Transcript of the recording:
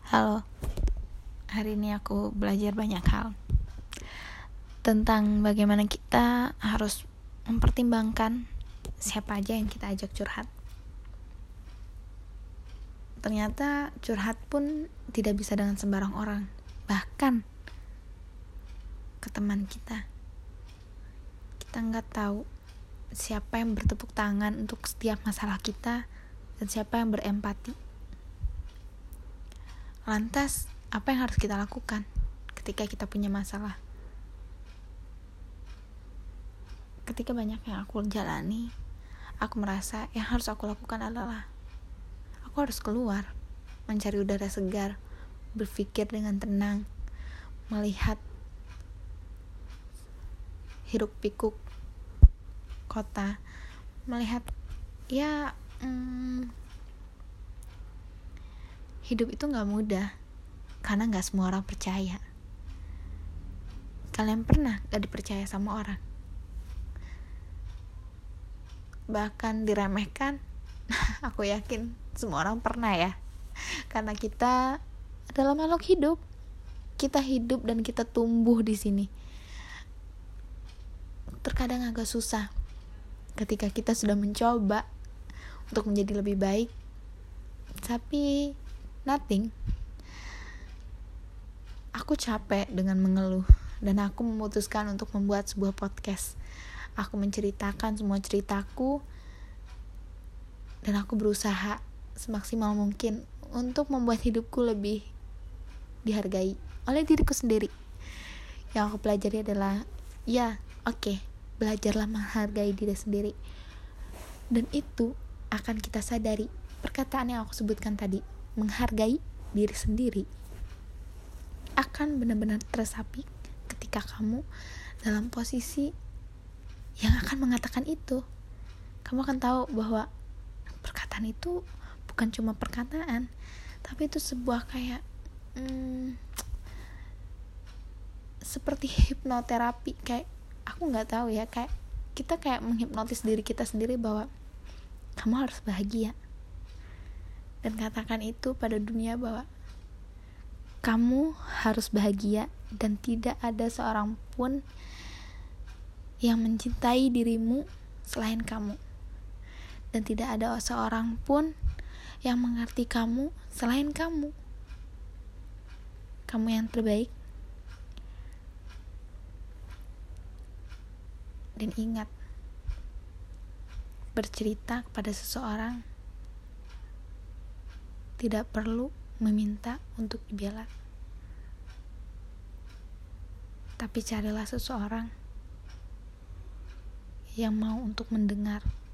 Halo, hari ini aku belajar banyak hal tentang bagaimana kita harus mempertimbangkan siapa aja yang kita ajak curhat. Ternyata curhat pun tidak bisa dengan sembarang orang, bahkan ke teman kita. Kita nggak tahu siapa yang bertepuk tangan untuk setiap masalah kita dan siapa yang berempati. Lantas, apa yang harus kita lakukan ketika kita punya masalah? Ketika banyak yang aku jalani, aku merasa yang harus aku lakukan adalah aku harus keluar, mencari udara segar, berpikir dengan tenang, melihat hiruk pikuk kota, melihat hidup itu gak mudah, karena gak semua orang percaya. Kalian pernah gak dipercaya sama orang? Bahkan diremehkan? Aku yakin semua orang pernah ya. Karena kita adalah makhluk hidup. Kita hidup dan kita tumbuh di sini. Terkadang agak susah ketika kita sudah mencoba untuk menjadi lebih baik, tapi nothing. Aku capek dengan mengeluh dan aku memutuskan untuk membuat sebuah podcast. Aku menceritakan semua ceritaku dan aku berusaha semaksimal mungkin untuk membuat hidupku lebih dihargai oleh diriku sendiri. Yang aku pelajari adalah belajarlah menghargai diri sendiri. Dan itu akan kita sadari perkataan yang aku sebutkan tadi, menghargai diri sendiri, akan benar-benar teresapi ketika kamu dalam posisi yang akan mengatakan itu. Kamu akan tahu bahwa perkataan itu bukan cuma perkataan, tapi itu sebuah kayak seperti hipnoterapi. Kayak aku nggak tahu ya, kayak kita kayak menghipnotis diri kita sendiri bahwa kamu harus bahagia, dan katakan itu pada dunia bahwa kamu harus bahagia dan tidak ada seorang pun yang mencintai dirimu selain kamu, dan tidak ada seorang pun yang mengerti kamu selain kamu. Kamu yang terbaik. Dan ingat, bercerita kepada seseorang tidak perlu meminta untuk dibela, tapi carilah seseorang yang mau untuk mendengar